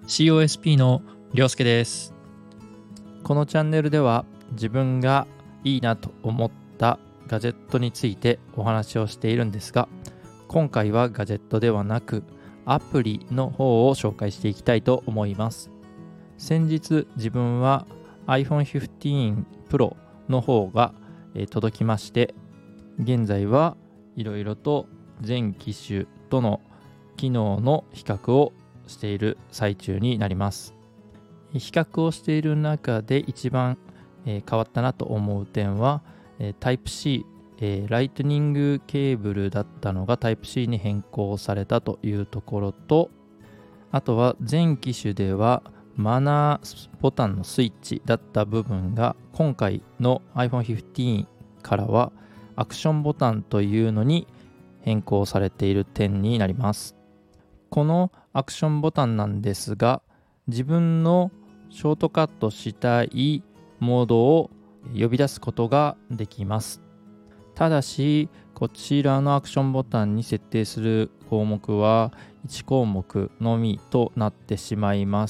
COSP のりょうすけです。 このチャンネルでは自分がいいなと思ったガジェットについてお話をしているんですが、今回はガジェットではなくアプリの方を紹介していきたいと思います。先日自分は iPhone 15 Pro の方が届きまして、現在はいろいろと全機種との機能の比較をしている最中になります。比較をしている中で一番変わったなと思う点は Type-C、ライトニングケーブルだったのが Type-C に変更されたというところと、あとは全機種ではマナーボタンのスイッチだった部分が今回の iPhone 15からはアクションボタンというのに変更されている点になります。このアクションボタンなんですが、自分のショートカットしたいモードを呼び出すことができます。ただし、こちらのアクションボタンに設定する項目は1項目のみとなってしまいます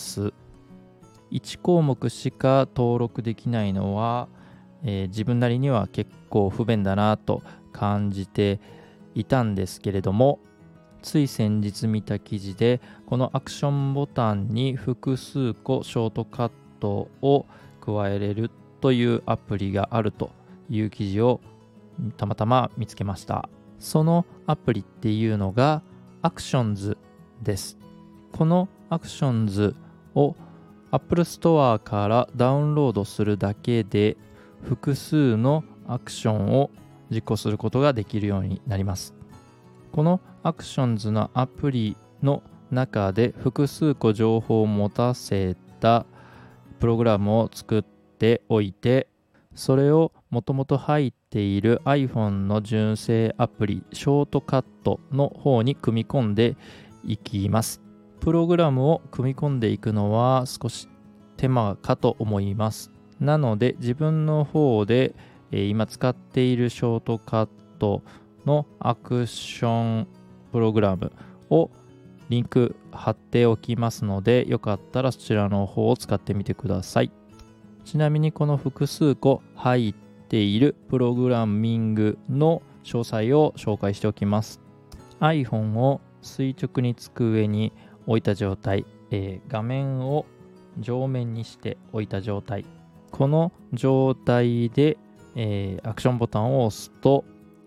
。1項目しか登録できないのは、自分なりには結構不便だなと感じていたんですけれども、つい先日見た記事でこのアクションボタンに複数個ショートカットを加えれるというアプリがあるという記事をたまたま見つけました。そのアプリっていうのがアクションズです。このアクションズを Apple Store からダウンロードするだけで複数のアクションを実行することができるようになります。このアクションズのアプリの中で複数個情報を持たせたプログラムを作っておいて、それをもともと入っている iPhone の純正アプリショートカットの方に組み込んでいきます。プログラムを組み込んでいくのは少し手間かと思います。なので自分の方で今使っているショートカットのアクションプログラムをリンク貼っておきますので、よかったらそちらの方を使ってみてください。ちなみにこの複数個入っているプログラミングの詳細を紹介しておきます。iPhone を垂直に机に置いた状態、画面を上面にして置いた状態、この状態で、アクションボタンを押すと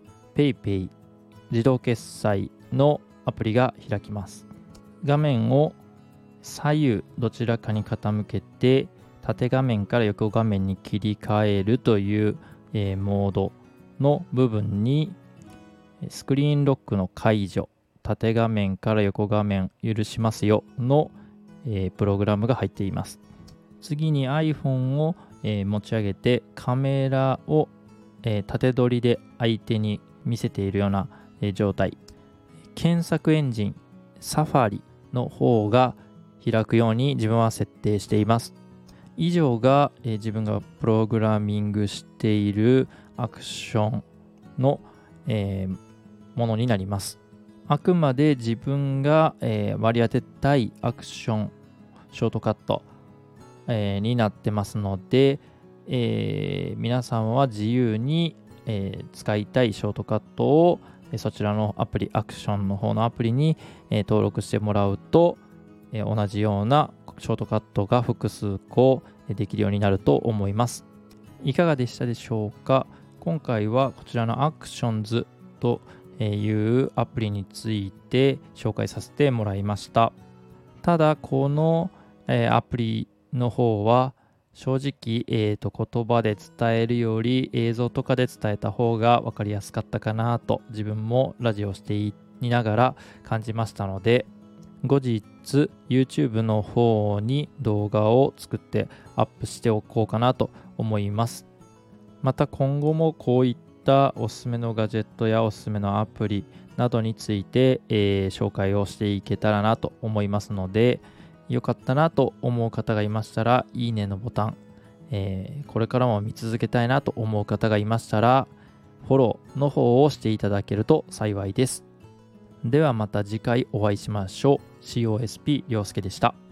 PayPay 自動決済のアプリが開きます。画面を左右どちらかに傾けて縦画面から横画面に切り替えるという、モードの部分にスクリーンロックの解除、縦画面から横画面許しますよの、プログラムが入っています。次に iPhone を、持ち上げてカメラを、縦撮りで相手に見せているような状態、検索エンジンサファリの方が開くように自分は設定しています。以上が自分がプログラミングしているアクションのものになります。あくまで自分が割り当てたいアクションショートカットになってますので、皆さんは自由に使いたいショートカットをそちらのアプリ、アクションの方のアプリに登録してもらうと同じようなショートカットが複数個できるようになると思います。いかがでしたでしょうか。今回はこちらのアクションズというアプリについて紹介させてもらいました。ただこのアプリの方は正直、言葉で伝えるより映像とかで伝えた方が分かりやすかったかなと自分もラジオしていながら感じましたので、後日 YouTube の方に動画を作ってアップしておこうかなと思います。また今後もこういったおすすめのガジェットやおすすめのアプリなどについて、紹介をしていけたらなと思いますので、よかったなと思う方がいましたらいいねのボタン、これからも見続けたいなと思う方がいましたらフォローの方をしていただけると幸いです。ではまた次回お会いしましょう。COSP りょうすけでした。